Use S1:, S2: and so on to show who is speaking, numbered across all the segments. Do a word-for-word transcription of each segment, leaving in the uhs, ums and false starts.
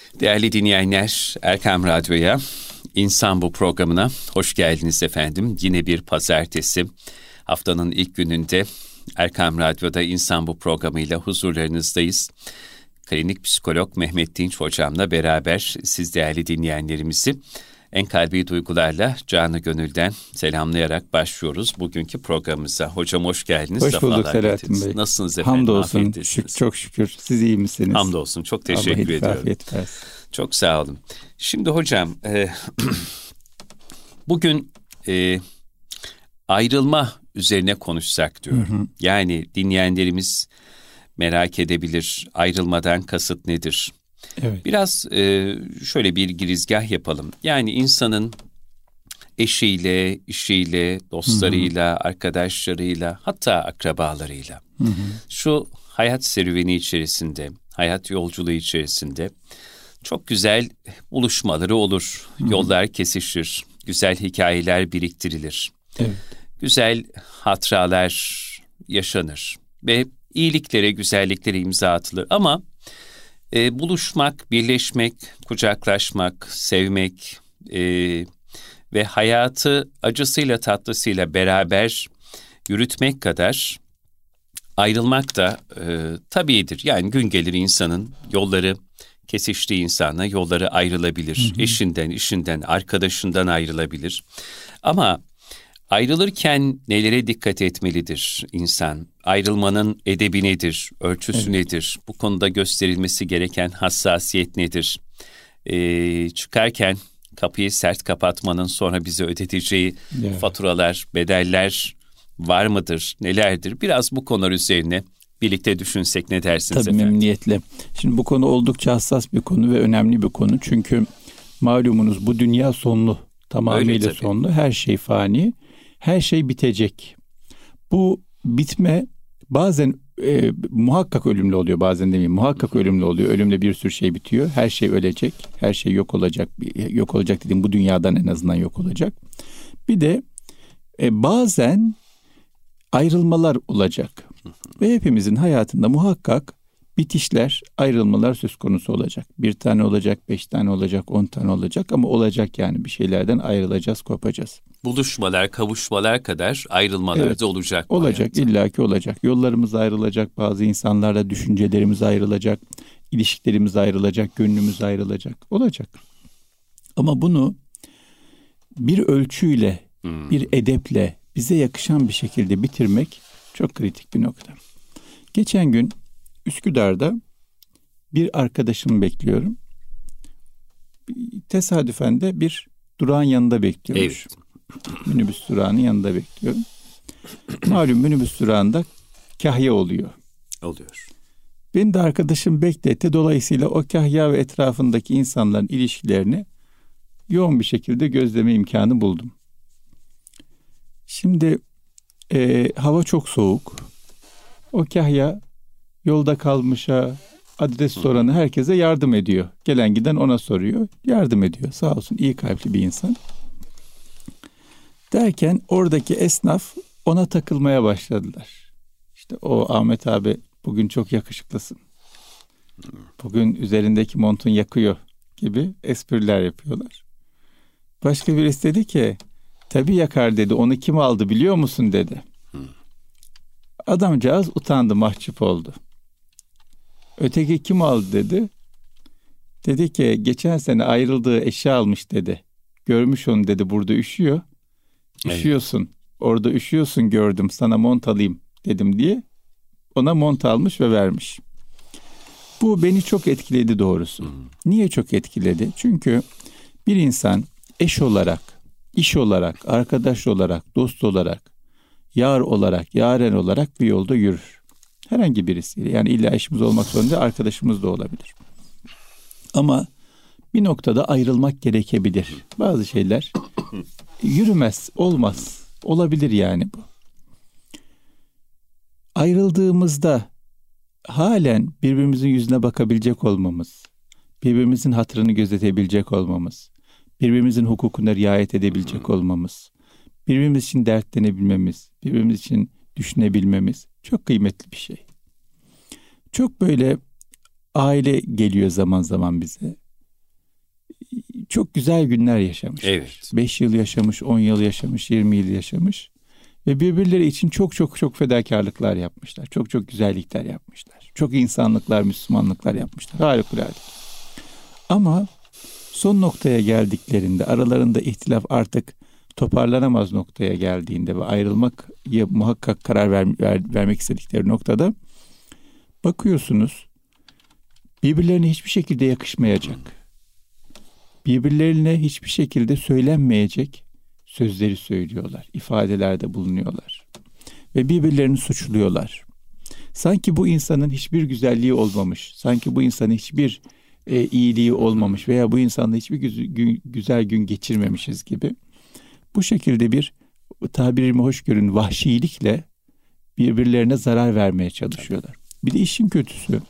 S1: Değerli dinleyenler, Erkam Radyo'ya, İnsan Bu programına hoş geldiniz efendim. Yine bir pazartesi, haftanın ilk gününde Erkam Radyo'da İnsan Bu programıyla huzurlarınızdayız. Klinik psikolog Mehmet Dinç hocamla beraber siz değerli dinleyenlerimizi en kalbi duygularla canı gönülden selamlayarak başlıyoruz bugünkü programımıza. Hocam hoş geldiniz.
S2: Hoş bulduk Selahattin Bey.
S1: Nasılsınız efendim?
S2: Hamdolsun. Şük, çok şükür. Siz iyi misiniz?
S1: Hamdolsun. Çok teşekkür
S2: Allah
S1: ediyorum.
S2: Afiyet versin.
S1: Çok sağ olun. Şimdi hocam e, bugün e, ayrılma üzerine konuşsak diyorum. Hı hı. Yani dinleyenlerimiz merak edebilir. Ayrılmadan kasıt nedir?
S2: Evet.
S1: Biraz e, şöyle bir girizgah yapalım. Yani insanın eşiyle, işiyle, dostlarıyla, hı hı. arkadaşlarıyla, hatta akrabalarıyla hı hı. şu hayat serüveni içerisinde, hayat yolculuğu içerisinde çok güzel buluşmaları olur. Hı hı. Yollar kesişir, güzel hikayeler biriktirilir.
S2: Evet.
S1: Güzel hatıralar yaşanır ve iyiliklere, güzelliklere imza atılır. Ama e, buluşmak, birleşmek, kucaklaşmak, sevmek e, ve hayatı acısıyla tatlısıyla beraber yürütmek kadar ayrılmak da e, tabiidir. Yani gün gelir insanın yolları kesiştiği insana yolları ayrılabilir. Hı hı. Eşinden, işinden, arkadaşından ayrılabilir. Ama ayrılırken nelere dikkat etmelidir insan? Ayrılmanın edebi nedir? Ölçüsü evet. nedir? Bu konuda gösterilmesi gereken hassasiyet nedir? Ee, çıkarken kapıyı sert kapatmanın sonra bize ödeteceği evet. faturalar, bedeller var mıdır? Nelerdir? Biraz bu konular üzerine birlikte düşünsek ne dersiniz
S2: Tabii,
S1: efendim?
S2: memnuniyetle. Şimdi bu konu oldukça hassas bir konu ve önemli bir konu. Çünkü malumunuz bu dünya sonlu. Tamamıyla sonlu. Her şey fani. Her şey bitecek. Bu bitme bazen e, muhakkak ölümlü oluyor, bazen demeyeyim. Muhakkak ölümlü oluyor. Ölümle bir sürü şey bitiyor. Her şey ölecek. Her şey yok olacak. Yok olacak dediğim bu dünyadan en azından yok olacak. Bir de e, bazen ayrılmalar olacak. Ve hepimizin hayatında muhakkak bitişler, ayrılmalar söz konusu olacak. Bir tane olacak, beş tane olacak, on tane olacak ama olacak yani bir şeylerden ayrılacağız, kopacağız.
S1: Buluşmalar, kavuşmalar kadar ayrılmalar
S2: evet,
S1: da olacak.
S2: Olacak, illaki olacak. Yollarımız ayrılacak, bazı insanlarla düşüncelerimiz ayrılacak, ilişkilerimiz ayrılacak, gönlümüz ayrılacak. Olacak. Ama bunu bir ölçüyle, hmm. bir edeple, bize yakışan bir şekilde bitirmek çok kritik bir nokta. Geçen gün Üsküdar'da bir arkadaşımı bekliyorum. Tesadüfen de bir durağın yanında bekliyormuş. Evet. Minibüs durağının yanında bekliyorum. Malum minibüs durağında kahya oluyor.
S1: Oluyor.
S2: Beni de arkadaşım bekletti. Dolayısıyla o kahya ve etrafındaki insanların ilişkilerini yoğun bir şekilde gözleme imkanı buldum. Şimdi e, hava çok soğuk. O kahya yolda kalmışa, adres soranı herkese yardım ediyor. Gelen giden ona soruyor. Yardım ediyor. Sağ olsun, iyi kalpli bir insan. Derken oradaki esnaf ona takılmaya başladılar. İşte o Ahmet abi bugün çok yakışıklısın. Bugün üzerindeki montun yakıyor gibi espriler yapıyorlar. Başka birisi dedi ki tabii yakar dedi. Onu kim aldı biliyor musun dedi. Adamcağız utandı, mahcup oldu. Öteki kim aldı dedi. Dedi ki geçen sene ayrıldığı eşya almış dedi. Görmüş onu dedi, burada üşüyor. Üşüyorsun. Evet. Orada üşüyorsun gördüm, sana mont alayım dedim diye. Ona mont almış ve vermiş. Bu beni çok etkiledi doğrusu. Hmm. Niye çok etkiledi? Çünkü bir insan eş olarak, iş olarak, arkadaş olarak, dost olarak, yar olarak, yaren olarak bir yolda yürür. Herhangi birisiyle. Yani illa eşimiz olmak zorunda, arkadaşımız da olabilir. Ama bir noktada ayrılmak gerekebilir. Bazı şeyler yürümez, olmaz. Olabilir yani bu. Ayrıldığımızda halen birbirimizin yüzüne bakabilecek olmamız, birbirimizin hatırını gözetebilecek olmamız, birbirimizin hukukuna riayet edebilecek olmamız, birbirimiz için dertlenebilmemiz, birbirimiz için düşünebilmemiz çok kıymetli bir şey. Çok böyle aile geliyor zaman zaman bize. çok güzel günler yaşamışlar.
S1: Evet.
S2: Beş yıl yaşamış, on yıl yaşamış, yirmi yıl yaşamış. Ve birbirleri için çok çok çok fedakarlıklar yapmışlar. Çok çok güzellikler yapmışlar. Çok insanlıklar, Müslümanlıklar yapmışlar. Harikulade. Ama son noktaya geldiklerinde, aralarında ihtilaf artık toparlanamaz noktaya geldiğinde ve ayrılmak ya muhakkak karar ver, ver, vermek istedikleri noktada bakıyorsunuz birbirlerine hiçbir şekilde yakışmayacak, birbirlerine hiçbir şekilde söylenmeyecek sözleri söylüyorlar, ifadelerde bulunuyorlar ve birbirlerini suçluyorlar. Sanki bu insanın hiçbir güzelliği olmamış, sanki bu insanın hiçbir e, iyiliği olmamış veya bu insanla hiçbir güz- gün, güzel gün geçirmemişiz gibi. Bu şekilde bir, tabirimi hoş görün, vahşilikle birbirlerine zarar vermeye çalışıyorlar. Bir de işin kötüsü,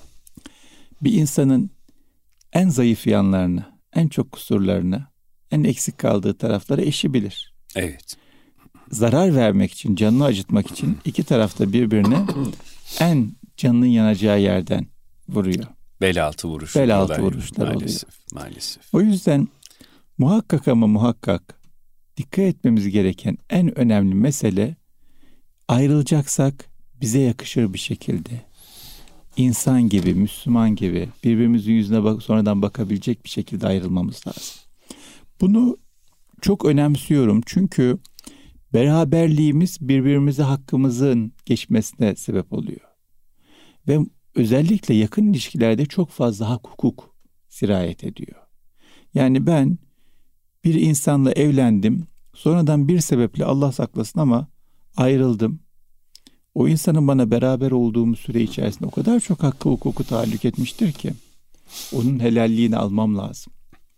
S2: bir insanın en zayıf yanlarını, en çok kusurlarını, en eksik kaldığı tarafları eşi bilir.
S1: Evet.
S2: Zarar vermek için, canını acıtmak için iki tarafta birbirine en canının yanacağı yerden vuruyor.
S1: Bel altı vuruşlar.
S2: Bel altı vuruşlar oluyor.
S1: Maalesef, maalesef.
S2: O yüzden muhakkak ama muhakkak dikkat etmemiz gereken en önemli mesele, ayrılacaksak bize yakışır bir şekilde, insan gibi, Müslüman gibi, birbirimizin yüzüne bak, sonradan bakabilecek bir şekilde ayrılmamız lazım. Bunu çok önemsiyorum çünkü beraberliğimiz birbirimize hakkımızın geçmesine sebep oluyor. Ve özellikle yakın ilişkilerde çok fazla hak hukuk sirayet ediyor. Yani ben bir insanla evlendim, sonradan bir sebeple Allah saklasın ama ayrıldım. O insanın bana beraber olduğum süre içerisinde o kadar çok hakkı hukuku tahallük etmiştir ki onun helalliğini almam lazım.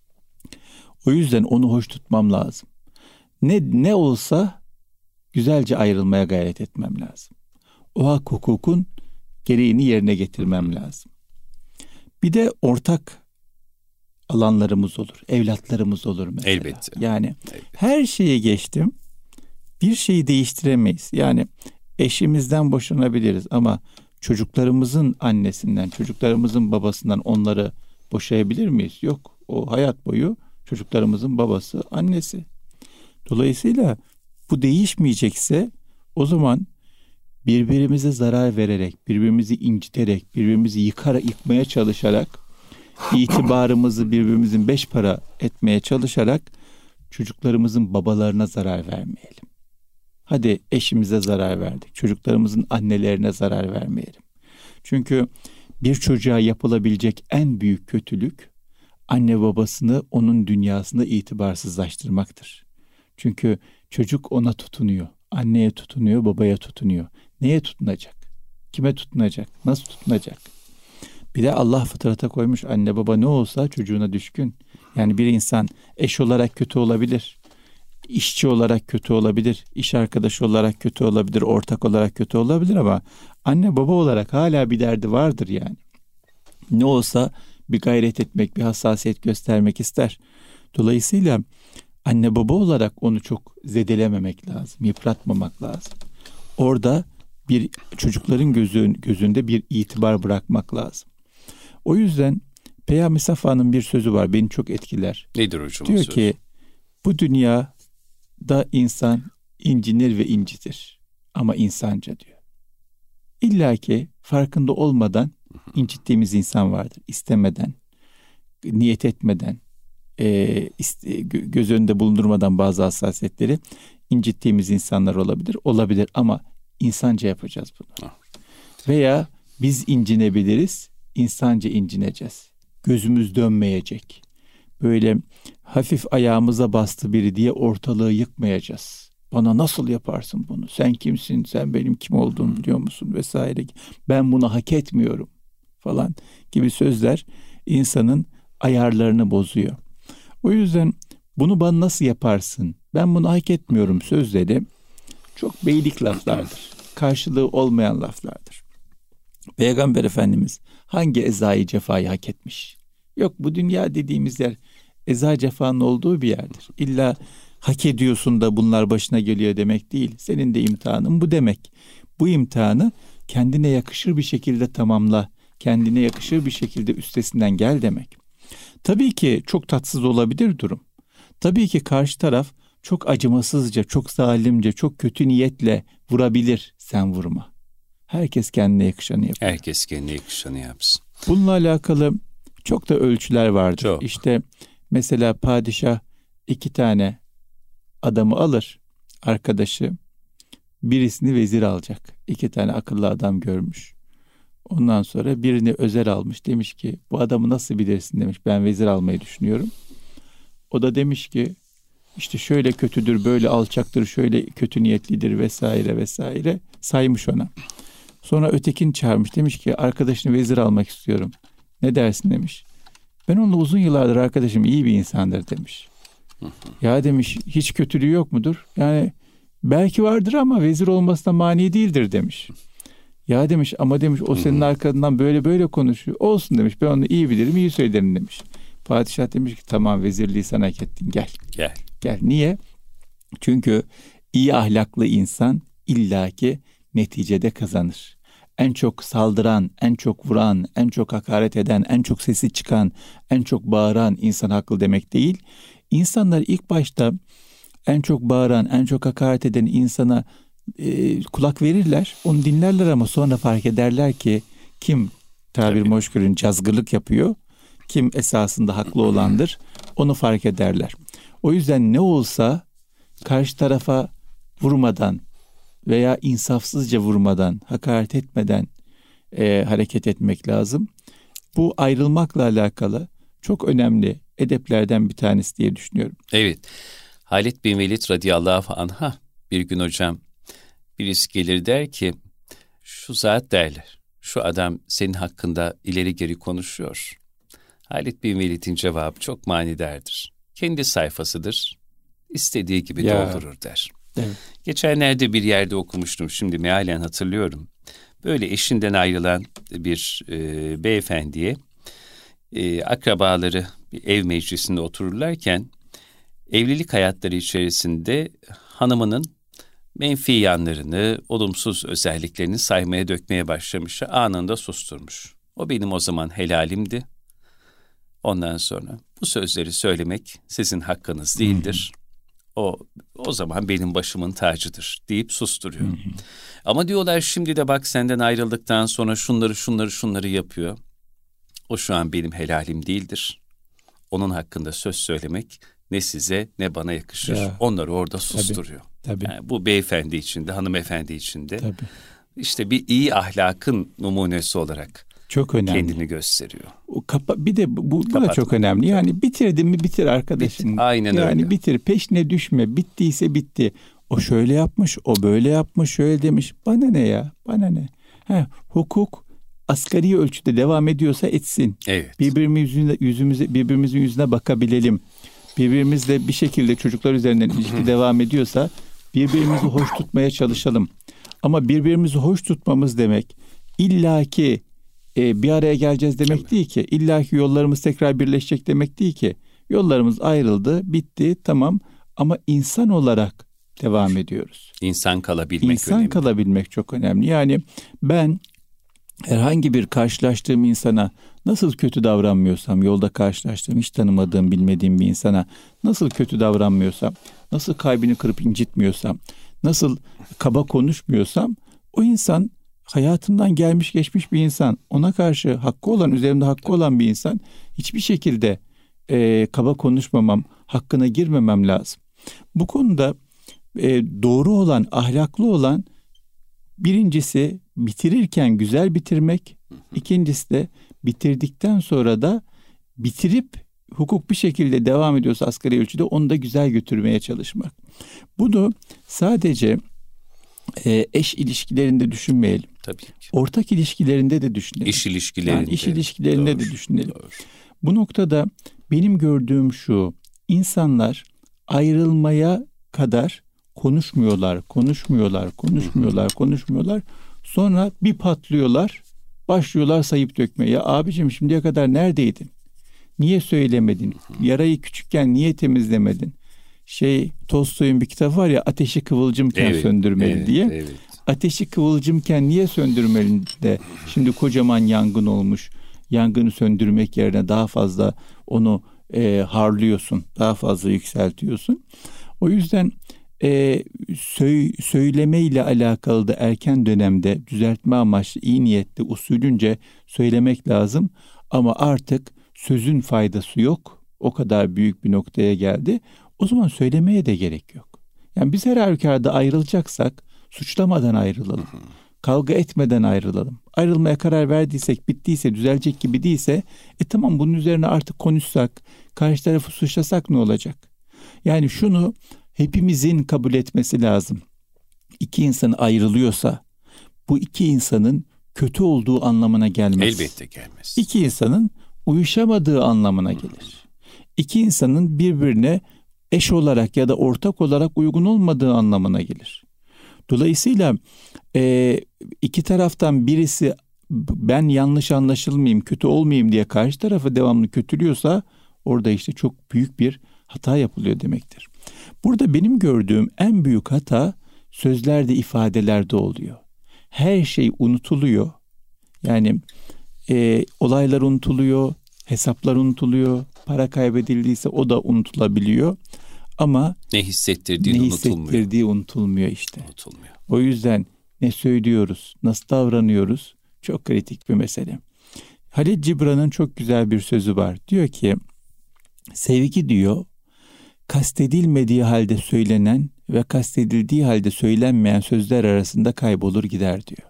S2: O yüzden onu hoş tutmam lazım. Ne ne olsa güzelce ayrılmaya gayret etmem lazım. O hak hukukun gereğini yerine getirmem lazım. Bir de ortak alanlarımız olur, evlatlarımız olur mesela.
S1: Elbette.
S2: Yani
S1: Elbette.
S2: her şeyi geçtim, bir şeyi değiştiremeyiz. Yani eşimizden boşanabiliriz ama çocuklarımızın annesinden, çocuklarımızın babasından onları boşayabilir miyiz? Yok. O hayat boyu çocuklarımızın babası, annesi. Dolayısıyla bu değişmeyecekse o zaman birbirimize zarar vererek, birbirimizi inciterek, birbirimizi yıkarak, yıkmaya çalışarak, itibarımızı birbirimizin beş para etmeye çalışarak çocuklarımızın babalarına zarar vermeyelim. Hadi eşimize zarar verdik, çocuklarımızın annelerine zarar vermeyelim. Çünkü bir çocuğa yapılabilecek en büyük kötülük, anne babasını onun dünyasında itibarsızlaştırmaktır. Çünkü çocuk ona tutunuyor, anneye tutunuyor, babaya tutunuyor. Neye tutunacak? Kime tutunacak? Nasıl tutunacak? Bir de Allah fıtrata koymuş, anne baba ne olsa çocuğuna düşkün. Yani bir insan eş olarak kötü olabilir, işçi olarak kötü olabilir, iş arkadaşı olarak kötü olabilir, ortak olarak kötü olabilir ama anne baba olarak hala bir derdi vardır yani. Ne olsa bir gayret etmek, bir hassasiyet göstermek ister. Dolayısıyla anne baba olarak onu çok zedelememek lazım, yıpratmamak lazım. Orada bir çocukların gözün, gözünde bir itibar bırakmak lazım. O yüzden Peyami Safa'nın bir sözü var, beni çok etkiler.
S1: Nedir hocam?
S2: Diyor ki, bu dünyada insan incinir ve incitir ama insanca diyor. İlla ki farkında olmadan incittiğimiz insan vardır. İstemeden, niyet etmeden, e, iste, göz önünde bulundurmadan bazı hassasiyetleri incittiğimiz insanlar olabilir. Olabilir ama insanca yapacağız bunu. Veya biz incinebiliriz, insanca incineceğiz. Gözümüz dönmeyecek. Böyle hafif ayağımıza bastı biri diye ortalığı yıkmayacağız. Bana nasıl yaparsın bunu? Sen kimsin? Sen benim kim olduğumu biliyor musun? Vesaire. Ben bunu hak etmiyorum falan gibi sözler insanın ayarlarını bozuyor. O yüzden bunu bana nasıl yaparsın? Ben bunu hak etmiyorum sözleri çok beylik laflardır. Karşılığı olmayan laflardır. Peygamber Efendimiz hangi ezayı cefayı hak etmiş? Yok, bu dünya dediğimiz yer eza cefanın olduğu bir yerdir. İlla hak ediyorsun da bunlar başına geliyor demek değil. Senin de imtihanın bu demek. Bu imtihanı kendine yakışır bir şekilde tamamla. Kendine yakışır bir şekilde üstesinden gel demek. Tabii ki çok tatsız olabilir durum. Tabii ki karşı taraf çok acımasızca, çok zalimce, çok kötü niyetle vurabilir, sen vurma. Herkes kendine yakışanı yapar.
S1: Herkes kendine yakışanı yapsın.
S2: Bununla alakalı çok da ölçüler vardır.
S1: Çok.
S2: İşte mesela padişah iki tane adamı alır, arkadaşı, birisini vezir alacak. İki tane akıllı adam görmüş. Ondan sonra birini özel almış. Demiş ki bu adamı nasıl bilirsin demiş. Ben vezir almayı düşünüyorum. O da demiş ki işte şöyle kötüdür, böyle alçaktır, şöyle kötü niyetlidir vesaire vesaire saymış ona. Sonra ötekini çağırmış. Demiş ki arkadaşını vezir almak istiyorum. Ne dersin demiş. Ben onunla uzun yıllardır arkadaşım, iyi bir insandır demiş. Ya demiş hiç kötülüğü yok mudur? Yani belki vardır ama vezir olmasına mani değildir demiş. Ya demiş ama demiş o senin arkandan böyle böyle konuşuyor. Olsun demiş, ben onu iyi bilirim, iyi söylerim demiş. Padişah demiş ki tamam, vezirliği sen hak ettin, gel.
S1: Gel.
S2: Gel. Niye? Çünkü iyi ahlaklı insan illaki neticede kazanır. En çok saldıran, en çok vuran, en çok hakaret eden, en çok sesi çıkan, en çok bağıran insan haklı demek değil. İnsanlar ilk başta en çok bağıran, en çok hakaret eden insana e, kulak verirler, onu dinlerler ama sonra fark ederler ki kim tabir moşgörün cazgırlık yapıyor, kim esasında haklı olandır, onu fark ederler. O yüzden ne olsa karşı tarafa vurmadan veya insafsızca vurmadan, hakaret etmeden e, hareket etmek lazım. Bu ayrılmakla alakalı çok önemli edeplerden bir tanesi diye düşünüyorum.
S1: Evet. Halid bin Velid radıyallahu anh'a bir gün hocam birisi gelir der ki şu zat derler, şu adam senin hakkında ileri geri konuşuyor. Halid bin Velid'in cevabı çok manidardır. Kendi sayfasıdır, istediği gibi
S2: ya.
S1: doldurur der.
S2: Evet.
S1: Geçenlerde bir yerde okumuştum, şimdi mealen hatırlıyorum. Böyle eşinden ayrılan bir e, beyefendiye e, akrabaları bir ev meclisinde otururlarken evlilik hayatları içerisinde hanımının menfi yanlarını, olumsuz özelliklerini saymaya dökmeye başlamış. Anında susturmuş. O benim o zaman helalimdi. Ondan sonra bu sözleri söylemek sizin hakkınız değildir. Hı hı. O o zaman benim başımın tacıdır deyip susturuyor. Hı hı. Ama diyorlar şimdi de bak senden ayrıldıktan sonra şunları şunları şunları yapıyor. O şu an benim helalim değildir. Onun hakkında söz söylemek ne size ne bana yakışır. Ya. Onları orada susturuyor.
S2: Tabii, tabii.
S1: Yani bu beyefendi için de hanımefendi için de
S2: tabii.
S1: işte bir iyi ahlakın numunesi olarak çok önemli. Kendini gösteriyor.
S2: O kapa- bir de bu, bu da çok önemli. Yani bitirdin mi bitir arkadaşım.
S1: Bit, aynen
S2: yani
S1: öyle.
S2: Yani bitir, peşine düşme. Bittiyse bitti. O şöyle yapmış, o böyle yapmış, şöyle demiş. Bana ne ya? Bana ne? Ha, hukuk asgari ölçüde devam ediyorsa etsin.
S1: Evet.
S2: Birbirimizin yüzümüze, birbirimizin yüzüne bakabilelim. Birbirimizle bir şekilde çocuklar üzerinden ilişki devam ediyorsa birbirimizi hoş tutmaya çalışalım. Ama birbirimizi hoş tutmamız demek illaki e, bir araya geleceğiz demek Tabii. değil ki. İllaki yollarımız tekrar birleşecek demek değil ki. Yollarımız ayrıldı, bitti, tamam ama insan olarak devam ediyoruz.
S1: İnsan kalabilmek
S2: İnsan
S1: önemli.
S2: kalabilmek çok önemli. Yani ben herhangi bir karşılaştığım insana nasıl kötü davranmıyorsam, yolda karşılaştığım, hiç tanımadığım, bilmediğim bir insana nasıl kötü davranmıyorsam, nasıl kalbini kırıp incitmiyorsam, nasıl kaba konuşmuyorsam, o insan hayatımdan gelmiş geçmiş bir insan. Ona karşı hakkı olan, üzerimde hakkı olan bir insan. Hiçbir şekilde e, kaba konuşmamam, hakkına girmemem lazım. Bu konuda e, doğru olan, ahlaklı olan, birincisi bitirirken güzel bitirmek, ikincisi de bitirdikten sonra da bitirip hukuk bir şekilde devam ediyorsa asgari ölçüde onu da güzel götürmeye çalışmak. Bunu sadece e, eş ilişkilerinde düşünmeyelim.
S1: Tabii ki.
S2: Ortak ilişkilerinde de düşünelim.
S1: İş ilişkilerinde.
S2: Yani iş ilişkilerinde
S1: Doğru.
S2: de düşünelim.
S1: Doğru.
S2: Bu noktada benim gördüğüm şu: insanlar ayrılmaya kadar konuşmuyorlar, konuşmuyorlar, konuşmuyorlar, konuşmuyorlar. Sonra bir patlıyorlar, başlıyorlar sayıp dökmeye. Ya abicim şimdiye kadar neredeydin? Niye söylemedin? Yarayı küçükken niye temizlemedin? Şey, Tolstoy'un bir kitabı var ya, ateşi kıvılcımken
S1: evet,
S2: söndürmeli
S1: evet,
S2: diye.
S1: Evet.
S2: Ateşi kıvılcımken niye söndürmeli de şimdi kocaman yangın olmuş. yangını söndürmek yerine daha fazla onu e, harlıyorsun, daha fazla yükseltiyorsun. O yüzden e, sö- söylemeyle alakalı da erken dönemde düzeltme amaçlı iyi niyetli usulünce söylemek lazım. Ama artık sözün faydası yok. O kadar büyük bir noktaya geldi. O zaman söylemeye de gerek yok. Yani biz her halükarda ayrılacaksak suçlamadan ayrılalım. Kavga etmeden ayrılalım. Ayrılmaya karar verdiysek, bittiyse, düzelecek gibi değilse, e tamam bunun üzerine artık konuşsak, karşı tarafı suçlasak ne olacak? Yani şunu hepimizin kabul etmesi lazım. İki insan ayrılıyorsa bu iki insanın kötü olduğu anlamına gelmez.
S1: Elbette gelmez.
S2: İki insanın uyuşamadığı anlamına gelir. İki insanın birbirine eş olarak ya da ortak olarak uygun olmadığı anlamına gelir. Dolayısıyla e, iki taraftan birisi ben yanlış anlaşılmayayım, kötü olmayayım diye karşı tarafı devamlı kötülüyorsa orada işte çok büyük bir hata yapılıyor demektir. Burada benim gördüğüm en büyük hata sözlerde, ifadelerde oluyor. Her şey unutuluyor. Yani e, olaylar unutuluyor, hesaplar unutuluyor, para kaybedildiyse o da unutulabiliyor. Ama
S1: ne hissettirdiği
S2: ne
S1: unutulmuyor.
S2: hissettirdiği unutulmuyor işte.
S1: Unutulmuyor.
S2: O yüzden ne söylüyoruz, nasıl davranıyoruz çok kritik bir mesele. Halil Cibran'ın çok güzel bir sözü var. Diyor ki sevgi diyor kastedilmediği halde söylenen ve kastedildiği halde söylenmeyen sözler arasında kaybolur gider diyor.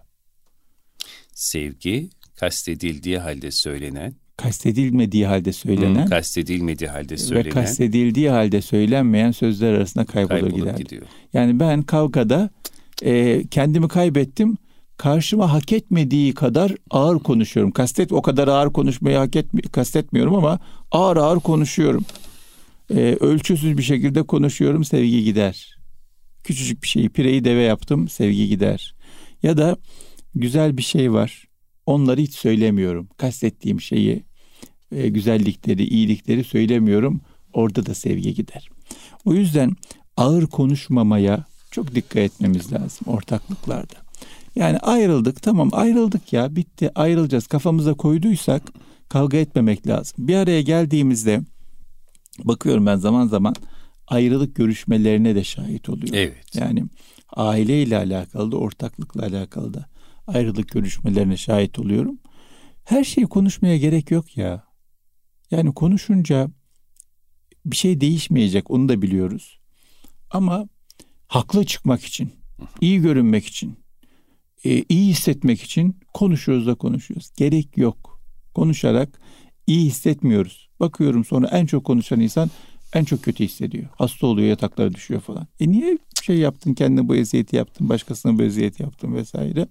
S1: Sevgi kastedildiği halde söylenen,
S2: kastedilmediği halde söylenen,
S1: hmm, kastedilmediği halde söylenen
S2: ve kastedildiği halde söylenmeyen sözler arasında kaybolur, kaybolur gider. Gidiyor. Yani ben kavgada e, kendimi kaybettim. Karşıma hak etmediği kadar ağır konuşuyorum. Kastet o kadar ağır konuşmayı hak etmi kastetmiyorum ama ağır ağır konuşuyorum. E, ölçüsüz bir şekilde konuşuyorum, sevgi gider. Küçücük bir şeyi, pireyi deve yaptım, sevgi gider. Ya da güzel bir şey var. Onları hiç söylemiyorum. Kastettiğim şeyi, e, güzellikleri, iyilikleri söylemiyorum. Orada da sevgi gider. O yüzden ağır konuşmamaya çok dikkat etmemiz lazım ortaklıklarda. Yani ayrıldık, tamam ayrıldık ya, bitti, ayrılacağız. Kafamıza koyduysak kavga etmemek lazım. Bir araya geldiğimizde bakıyorum ben zaman zaman ayrılık görüşmelerine de şahit oluyorum.
S1: Evet.
S2: Yani aileyle alakalı da, ortaklıkla alakalı da ayrılık görüşmelerine şahit oluyorum. Her şeyi konuşmaya gerek yok ya. Yani konuşunca bir şey değişmeyecek, onu da biliyoruz. Ama haklı çıkmak için, iyi görünmek için, iyi hissetmek için konuşuyoruz da konuşuyoruz. Gerek yok. Konuşarak iyi hissetmiyoruz. Bakıyorum sonra en çok konuşan insan en çok kötü hissediyor. Hasta oluyor, yataklara düşüyor falan. E niye şey yaptın, kendine bu eziyeti yaptın, başkasına bu eziyeti yaptın vesaire.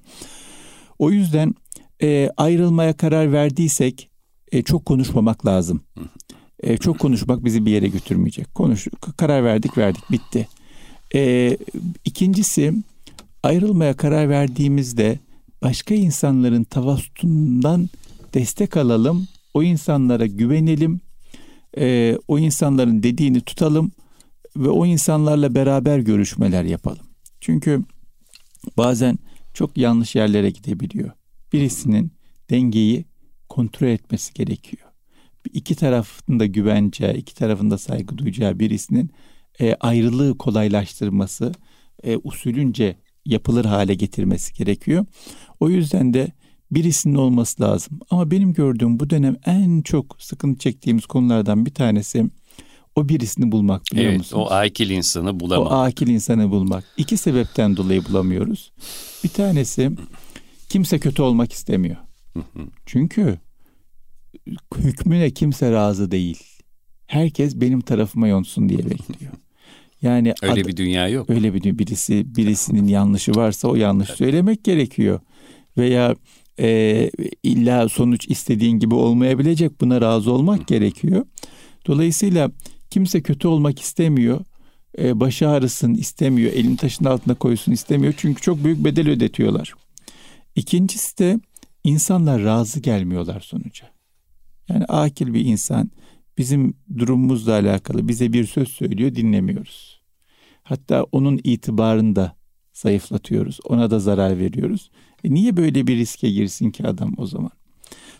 S2: O yüzden e, ayrılmaya karar verdiysek e, çok konuşmamak lazım. E, çok konuşmak bizi bir yere götürmeyecek. Konuş, karar verdik verdik bitti. E, ikincisi ayrılmaya karar verdiğimizde başka insanların tavassutundan destek alalım. O insanlara güvenelim. E, o insanların dediğini tutalım ve o insanlarla beraber görüşmeler yapalım. Çünkü bazen çok yanlış yerlere gidebiliyor. Birisinin dengeyi kontrol etmesi gerekiyor. İki tarafında güvence, iki tarafında saygı duyacağı birisinin e, ayrılığı kolaylaştırması, e, usulünce yapılır hale getirmesi gerekiyor. O yüzden de birisinin olması lazım. Ama benim gördüğüm bu dönem en çok sıkıntı çektiğimiz konulardan bir tanesi o birisini bulmak, biliyor
S1: evet,
S2: musunuz?
S1: O akil insanı bulamamak.
S2: O akil insanı bulmak. İki sebepten dolayı bulamıyoruz. Bir tanesi kimse kötü olmak istemiyor. Çünkü hükmüne kimse razı değil. Herkes benim tarafıma yonsun diye bekliyor. Yani
S1: öyle
S2: ad,
S1: bir dünya yok.
S2: Öyle bir birisi birisinin yanlışı varsa o yanlış söylemek gerekiyor. Veya e, illa sonuç istediğin gibi olmayabilecek, buna razı olmak gerekiyor. Dolayısıyla kimse kötü olmak istemiyor. E, başı ağrısın istemiyor. Elini taşın altına koysun istemiyor. Çünkü çok büyük bedel ödetiyorlar. İkincisi de insanlar razı gelmiyorlar sonuca. Yani akil bir insan bizim durumumuzla alakalı bize bir söz söylüyor, dinlemiyoruz. Hatta onun itibarını da zayıflatıyoruz. Ona da zarar veriyoruz. E niye böyle bir riske girsin ki adam o zaman?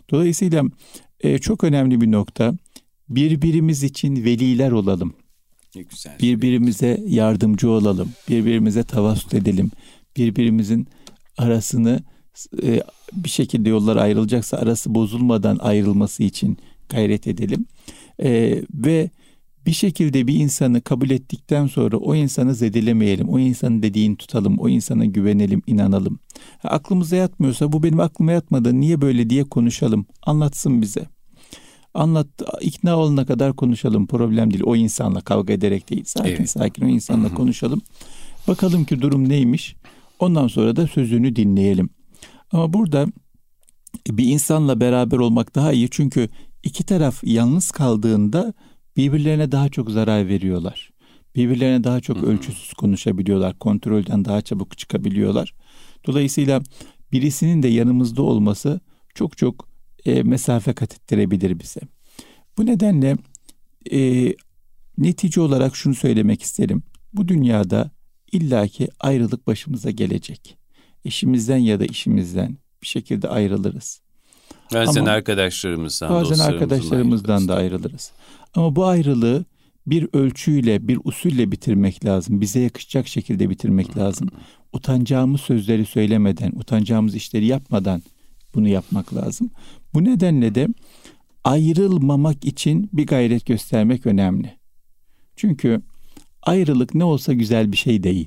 S2: Dolayısıyla e, çok önemli bir nokta. Birbirimiz için veliler olalım.
S1: Ne güzel.
S2: Birbirimize yardımcı olalım. Birbirimize tavassut edelim. Birbirimizin arasını e, bir şekilde yollar ayrılacaksa arası bozulmadan ayrılması için gayret edelim. E, ve bir şekilde bir insanı kabul ettikten sonra o insanı zedelemeyelim. O insanın dediğini tutalım. O insana güvenelim, inanalım. Ha, aklımıza yatmıyorsa bu benim aklıma yatmadı, niye böyle diye konuşalım. Anlatsın bize. Anlat, ikna olana kadar konuşalım. Problem değil. O insanla kavga ederek değil. Sakin evet. sakin o insanla Hı-hı. konuşalım. Bakalım ki durum neymiş. Ondan sonra da sözünü dinleyelim. Ama burada bir insanla beraber olmak daha iyi. Çünkü iki taraf yalnız kaldığında birbirlerine daha çok zarar veriyorlar. Birbirlerine daha çok Hı-hı. ölçüsüz konuşabiliyorlar. Kontrolden daha çabuk çıkabiliyorlar. Dolayısıyla birisinin de yanımızda olması çok çok e, mesafe kat ettirebilir bize. Bu nedenle e, netice olarak şunu söylemek isterim. Bu dünyada illaki ayrılık başımıza gelecek. Eşimizden ya da işimizden bir şekilde ayrılırız.
S1: Bazen
S2: Ama
S1: arkadaşlarımızdan,
S2: bazen arkadaşlarımızdan da ayrılırız. Ama bu ayrılığı bir ölçüyle, bir usulle bitirmek lazım. Bize yakışacak şekilde bitirmek lazım. Utanacağımız sözleri söylemeden, utanacağımız işleri yapmadan bunu yapmak lazım. Bu nedenle de ayrılmamak için bir gayret göstermek önemli. Çünkü ayrılık ne olsa güzel bir şey değil.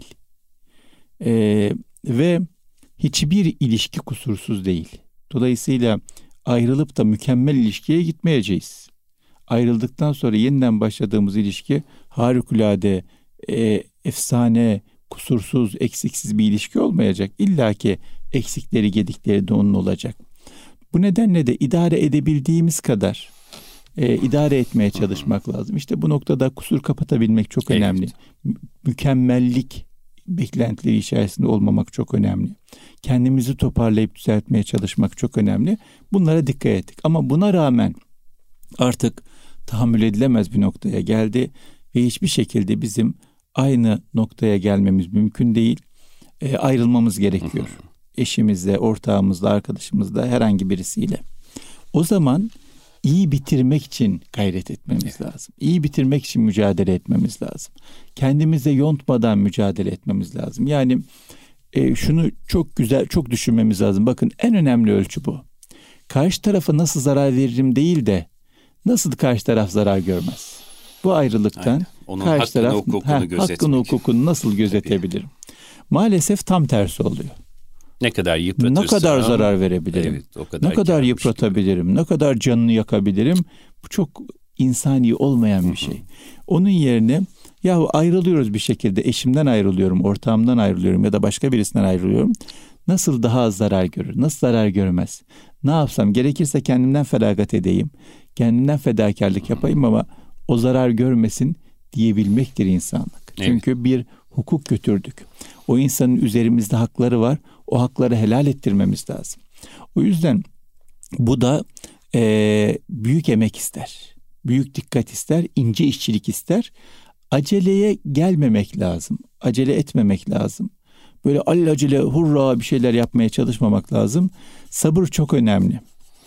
S2: Ee, ve hiçbir ilişki kusursuz değil. Dolayısıyla ayrılıp da mükemmel ilişkiye gitmeyeceğiz. Ayrıldıktan sonra yeniden başladığımız ilişki harikulade, e, efsane, kusursuz, eksiksiz bir ilişki olmayacak. İlla ki eksikleri, gedikleri de onun olacak. Bu nedenle de idare edebildiğimiz kadar e, idare etmeye çalışmak lazım. İşte bu noktada kusur kapatabilmek çok evet. önemli. M- mükemmellik beklentileri içerisinde olmamak çok önemli. Kendimizi toparlayıp düzeltmeye çalışmak çok önemli. Bunlara dikkat ettik. Ama buna rağmen artık tahammül edilemez bir noktaya geldi ve hiçbir şekilde bizim aynı noktaya gelmemiz mümkün değil. E, ayrılmamız gerekiyor. Eşimizle, ortağımızla, arkadaşımızla, herhangi birisiyle. O zaman iyi bitirmek için gayret etmemiz evet. lazım. İyi bitirmek için mücadele etmemiz lazım. Kendimize yontmadan mücadele etmemiz lazım. Yani e, şunu çok güzel, çok düşünmemiz lazım. Bakın en önemli ölçü bu. Karşı tarafa nasıl zarar veririm değil de nasıl karşı taraf zarar görmez. Bu ayrılıktan karşı hakkını, taraf hukukunu, ha, hakkını hukukunu nasıl gözetebilirim? Maalesef tam tersi oluyor.
S1: Ne kadar yıpratırsam,
S2: ne kadar zarar verebilirim,
S1: evet, o kadar
S2: ne kadar yıpratabilirim, gibi. ne kadar canını yakabilirim. Bu çok insani olmayan bir Hı-hı. şey. Onun yerine ya ayrılıyoruz bir şekilde, eşimden ayrılıyorum, ortağımdan ayrılıyorum ya da başka birisinden ayrılıyorum. Nasıl daha az zarar görür, nasıl zarar görmez? Ne yapsam, gerekirse kendimden feragat edeyim, kendimden fedakarlık yapayım ama o zarar görmesin diyebilmektir insanlık. Evet. Çünkü bir hukuk götürdük. O insanın üzerimizde hakları var. O hakları helal ettirmemiz lazım. O yüzden bu da e, büyük emek ister. Büyük dikkat ister. İnce işçilik ister. Aceleye gelmemek lazım. Acele etmemek lazım. Böyle alelacele hurra bir şeyler yapmaya çalışmamak lazım. Sabır çok önemli.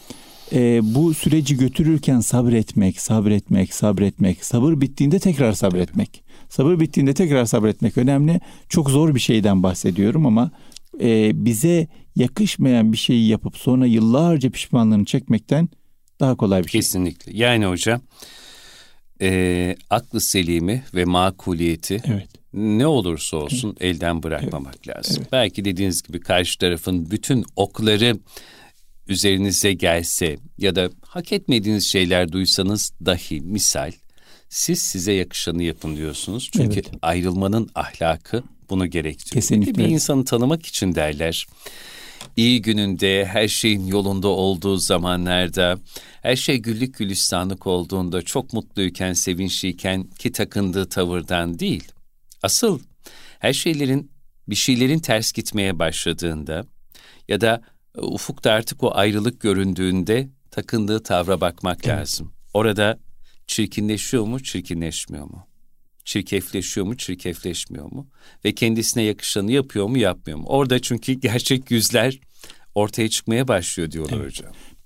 S2: E, bu süreci götürürken sabretmek, sabretmek, sabretmek. Sabır bittiğinde tekrar sabretmek. Sabır bittiğinde tekrar sabretmek önemli. Çok zor bir şeyden bahsediyorum ama e, bize yakışmayan bir şeyi yapıp sonra yıllarca pişmanlığını çekmekten daha kolay bir şey.
S1: Kesinlikle. Yani hocam e, aklı selimi ve makuliyeti evet. ne olursa olsun evet. elden bırakmamak evet. lazım. Evet. Belki dediğiniz gibi karşı tarafın bütün okları üzerinize gelse ya da hak etmediğiniz şeyler duysanız dahi misal siz size yakışanı yapın diyorsunuz. Çünkü evet. ayrılmanın ahlakı bunu gerektiriyor.
S2: Kesinlikle.
S1: Bir insanı tanımak için derler. İyi gününde, her şeyin yolunda olduğu zamanlarda, her şey güllük gülistanlık olduğunda, çok mutluyken, sevinçliyken ki takındığı tavırdan değil. Asıl her şeylerin, bir şeylerin ters gitmeye başladığında ya da ufukta artık o ayrılık göründüğünde takındığı tavra bakmak evet. lazım. Orada çirkinleşiyor mu, çirkinleşmiyor mu? Çirkefleşiyor mu, çirkefleşmiyor mu? Ve kendisine yakışanı yapıyor mu, yapmıyor mu? Orada çünkü gerçek yüzler ortaya çıkmaya başlıyor diyorlar evet. hocam.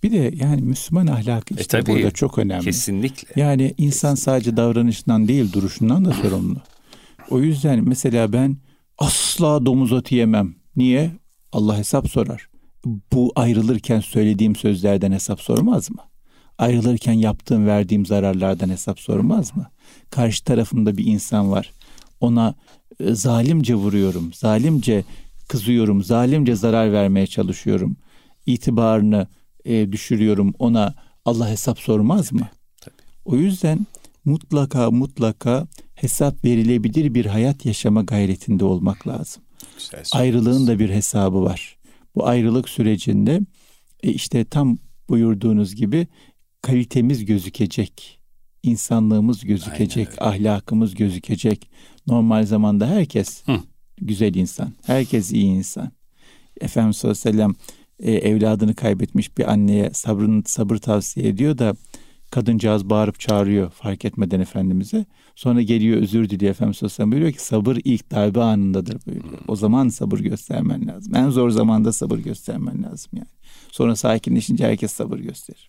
S2: Bir de yani Müslüman ahlakı işte
S1: e, tabii,
S2: burada çok önemli.
S1: Kesinlikle.
S2: Yani insan
S1: kesinlikle.
S2: sadece davranışından değil, duruşundan da sorumlu. O yüzden mesela ben asla domuz eti yemem. Niye? Allah hesap sorar. Bu ayrılırken söylediğim sözlerden hesap sormaz mı? Ayrılırken yaptığım, verdiğim zararlardan hesap sormaz mı? Karşı tarafımda bir insan var. Ona e, zalimce vuruyorum, zalimce kızıyorum, zalimce zarar vermeye çalışıyorum. İtibarını e, düşürüyorum. Ona Allah hesap sormaz mı?
S1: Tabii.
S2: O yüzden mutlaka mutlaka hesap verilebilir bir hayat yaşama gayretinde olmak lazım. Ayrılığın da bir hesabı var. Bu ayrılık sürecinde e, işte tam buyurduğunuz gibi kalitemiz gözükecek, insanlığımız gözükecek, ahlakımız gözükecek. Normal zamanda herkes Hı. güzel insan, herkes iyi insan. Efendimiz sallallahu aleyhi ve sellem e, evladını kaybetmiş bir anneye sabrını, sabır tavsiye ediyor da kadıncağız bağırıp çağırıyor fark etmeden Efendimiz'e. Sonra geliyor özür diliyor. Efendimiz sallallahu aleyhi ve sellem buyuruyor ki sabır ilk darbe anındadır buyuruyor. O zaman sabır göstermen lazım. En zor zamanda sabır göstermen lazım yani. Sonra sakinleşince herkes sabır gösterir.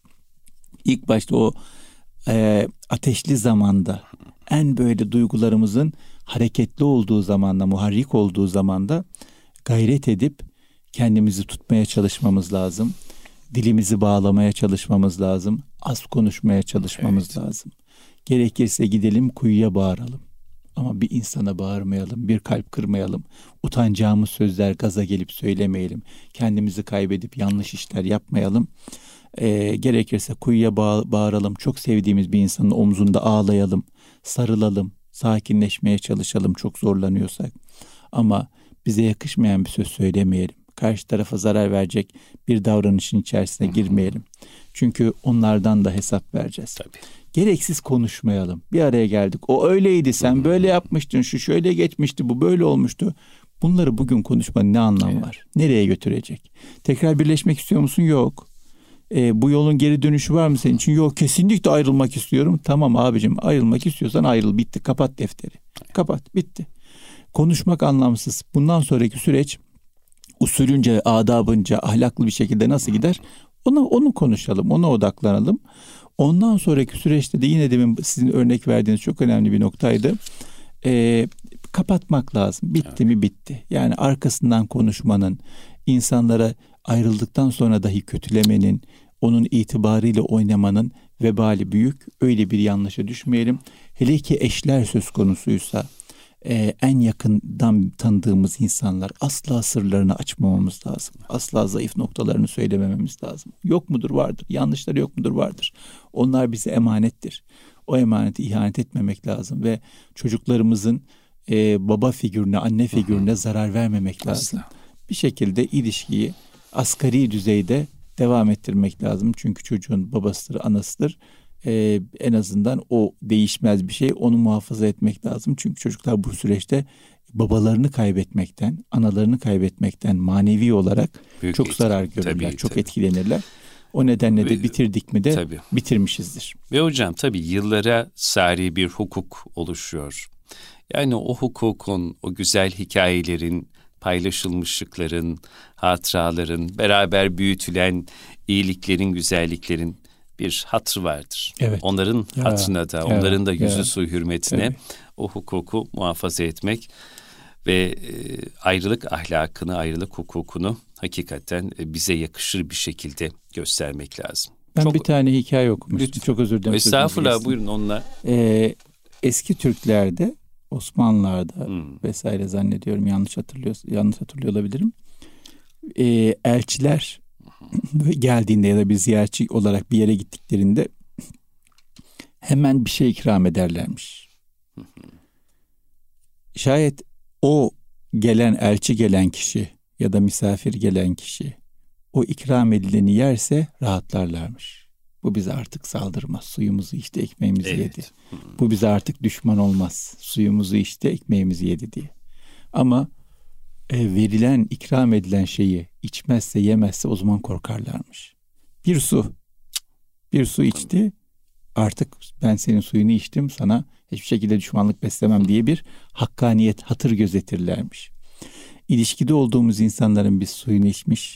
S2: İlk başta o e, ateşli zamanda, en böyle duygularımızın hareketli olduğu zamanda, muharrik olduğu zamanda gayret edip kendimizi tutmaya çalışmamız lazım. Dilimizi bağlamaya çalışmamız lazım. Az konuşmaya çalışmamız evet. lazım. Gerekirse gidelim kuyuya bağıralım. Ama bir insana bağırmayalım, bir kalp kırmayalım. Utanacağımız sözler gaza gelip söylemeyelim. Kendimizi kaybedip yanlış işler yapmayalım. Ee, gerekirse kuyuya bağ- bağıralım. Çok sevdiğimiz bir insanın omzunda ağlayalım. Sarılalım. Sakinleşmeye çalışalım çok zorlanıyorsak. Ama bize yakışmayan bir söz söylemeyelim. Karşı tarafa zarar verecek bir davranışın içerisine girmeyelim. Çünkü onlardan da hesap vereceğiz.
S1: Tabii.
S2: Gereksiz konuşmayalım. Bir araya geldik. O öyleydi, sen böyle yapmıştın, şu şöyle geçmişti, bu böyle olmuştu. Bunları bugün konuşmanın ne anlamı evet. var? Nereye götürecek? Tekrar birleşmek istiyor musun? Yok. E, bu yolun geri dönüşü var mı senin için? Yok. Kesinlikle ayrılmak istiyorum. Tamam abicim, ayrılmak istiyorsan ayrıl. Bitti. Kapat defteri. Kapat. Bitti. Konuşmak anlamsız. Bundan sonraki süreç usulünce, adabınca, ahlaklı bir şekilde nasıl gider? Ona, onu konuşalım, ona odaklanalım. Ondan sonraki süreçte de yine demin sizin örnek verdiğiniz çok önemli bir noktaydı. Ee, kapatmak lazım. Bitti evet. mi bitti. Yani arkasından konuşmanın, insanlara ayrıldıktan sonra dahi kötülemenin, onun itibarıyla oynamanın vebali büyük. Öyle bir yanlışa düşmeyelim. Hele ki eşler söz konusuysa, Ee, en yakından tanıdığımız insanlar, asla sırlarını açmamamız lazım. Asla zayıf noktalarını söylemememiz lazım. Yok mudur? Vardır. Yanlışları yok mudur? Vardır. Onlar bize emanettir. O emaneti ihanet etmemek lazım ve çocuklarımızın e, baba figürüne, anne figürüne Hı-hı. zarar vermemek lazım. Asla. Bir şekilde ilişkiyi asgari düzeyde devam ettirmek lazım. Çünkü çocuğun babasıdır, anasıdır. Ee, en azından o değişmez bir şey, onu muhafaza etmek lazım. Çünkü çocuklar bu süreçte babalarını kaybetmekten, analarını kaybetmekten manevi olarak Büyük çok zarar görürler, tabii, çok tabii. etkilenirler. O nedenle de bitirdik mi de tabii. bitirmişizdir.
S1: Ve hocam tabii yıllara sari bir hukuk oluşuyor. Yani o hukukun, o güzel hikayelerin, paylaşılmışlıkların, hatıraların, beraber büyütülen iyiliklerin, güzelliklerin bir hatırı vardır. Evet. Onların ya, hatırına da, ya, onların da yüzü ya. su hürmetine evet. o hukuku muhafaza etmek ve e, ayrılık ahlakını, ayrılık hukukunu hakikaten e, bize yakışır bir şekilde göstermek lazım.
S2: Ben
S1: çok,
S2: bir tane hikaye okumuştum. Lütfen. Çok özür dilerim.
S1: Estağfurullah, buyurun onunla.
S2: Ee, eski Türklerde, Osmanlılar'da hmm. vesaire zannediyorum, yanlış hatırlıyor, yanlış hatırlıyor olabilirim. Ee, elçiler geldiğinde ya da bir ziyaretçi olarak bir yere gittiklerinde hemen bir şey ikram ederlermiş. Şayet o gelen elçi gelen kişi ya da misafir gelen kişi o ikram edileni yerse rahatlarlarmış. Bu bize artık saldırmaz. Suyumuzu içti, ekmeğimizi evet. yedi. Bu bize artık düşman olmaz. Suyumuzu içti, ekmeğimizi yedi diye. Ama E, verilen, ikram edilen şeyi içmezse, yemezse o zaman korkarlarmış. Bir su, bir su içti, artık ben senin suyunu içtim, sana hiçbir şekilde düşmanlık beslemem diye bir hakkaniyet, hatır gözetirlermiş. İlişkide olduğumuz insanların biz suyunu içmiş,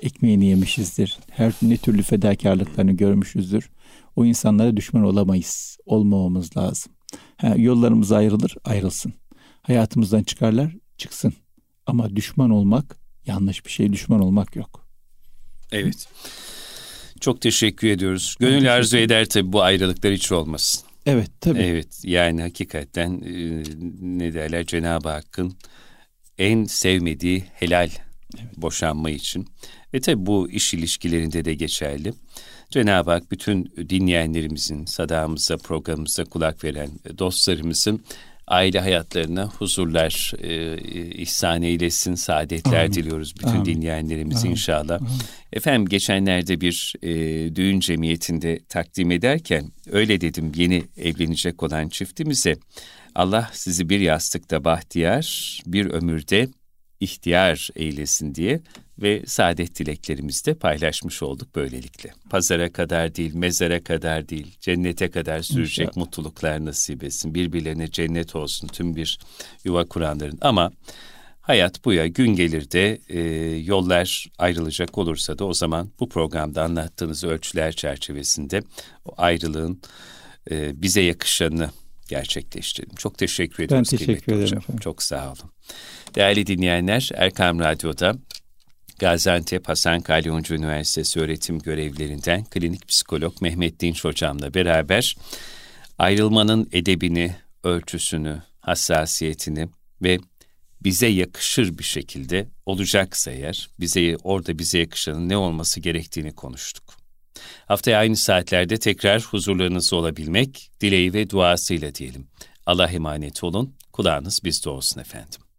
S2: ekmeğini yemişizdir. Her ne türlü fedakarlıklarını görmüşüzdür. O insanlara düşman olamayız. Olmamamız lazım. Ha, yollarımız ayrılır, ayrılsın. Hayatımızdan çıkarlar, çıksın. Ama düşman olmak yanlış bir şey. Düşman olmak yok.
S1: Evet. Çok teşekkür ediyoruz. Gönül teşekkür arzu eder tabii bu ayrılıklar hiç olmasın.
S2: Evet tabii.
S1: Evet, yani hakikaten e, ne derler, Cenab-ı Hakk'ın en sevmediği helal evet. boşanma için. Ve tabii bu iş ilişkilerinde de geçerli. Cenab-ı Hak bütün dinleyenlerimizin, sadağımıza, programımıza kulak veren dostlarımızın aile hayatlarına huzurlar e, ihsan eylesin, saadetler Amin. Diliyoruz bütün Amin. Dinleyenlerimiz Amin. İnşallah. Amin. Efendim geçenlerde bir e, düğün cemiyetinde takdim ederken öyle dedim yeni evlenecek olan çiftimize, Allah sizi bir yastıkta bahtiyar, bir ömürde ihtiyar eylesin diye ve saadet dileklerimizi de paylaşmış olduk böylelikle. Pazara kadar değil, mezara kadar değil, cennete kadar sürecek İnşallah. Mutluluklar nasip etsin. Birbirlerine cennet olsun tüm bir yuva kuranların. Ama hayat bu ya, gün gelir de e, yollar ayrılacak olursa da o zaman bu programda anlattığınız ölçüler çerçevesinde o ayrılığın e, bize yakışanı gerçekleştirelim. Çok teşekkür ediyoruz.
S2: Ben teşekkür ederim
S1: hocam.
S2: Efendim.
S1: Çok sağ olun. Değerli dinleyenler, Erkam Radyo'da Gaziantep Hasan Kalyoncu Üniversitesi öğretim görevlilerinden klinik psikolog Mehmet Dinç hocamla beraber ayrılmanın edebini, ölçüsünü, hassasiyetini ve bize yakışır bir şekilde olacaksa eğer bize orada bize yakışanın ne olması gerektiğini konuştuk. Haftaya aynı saatlerde tekrar huzurlarınızda olabilmek dileği ve duasıyla diyelim. Allah'a emanet olun, kulağınız bizde olsun efendim.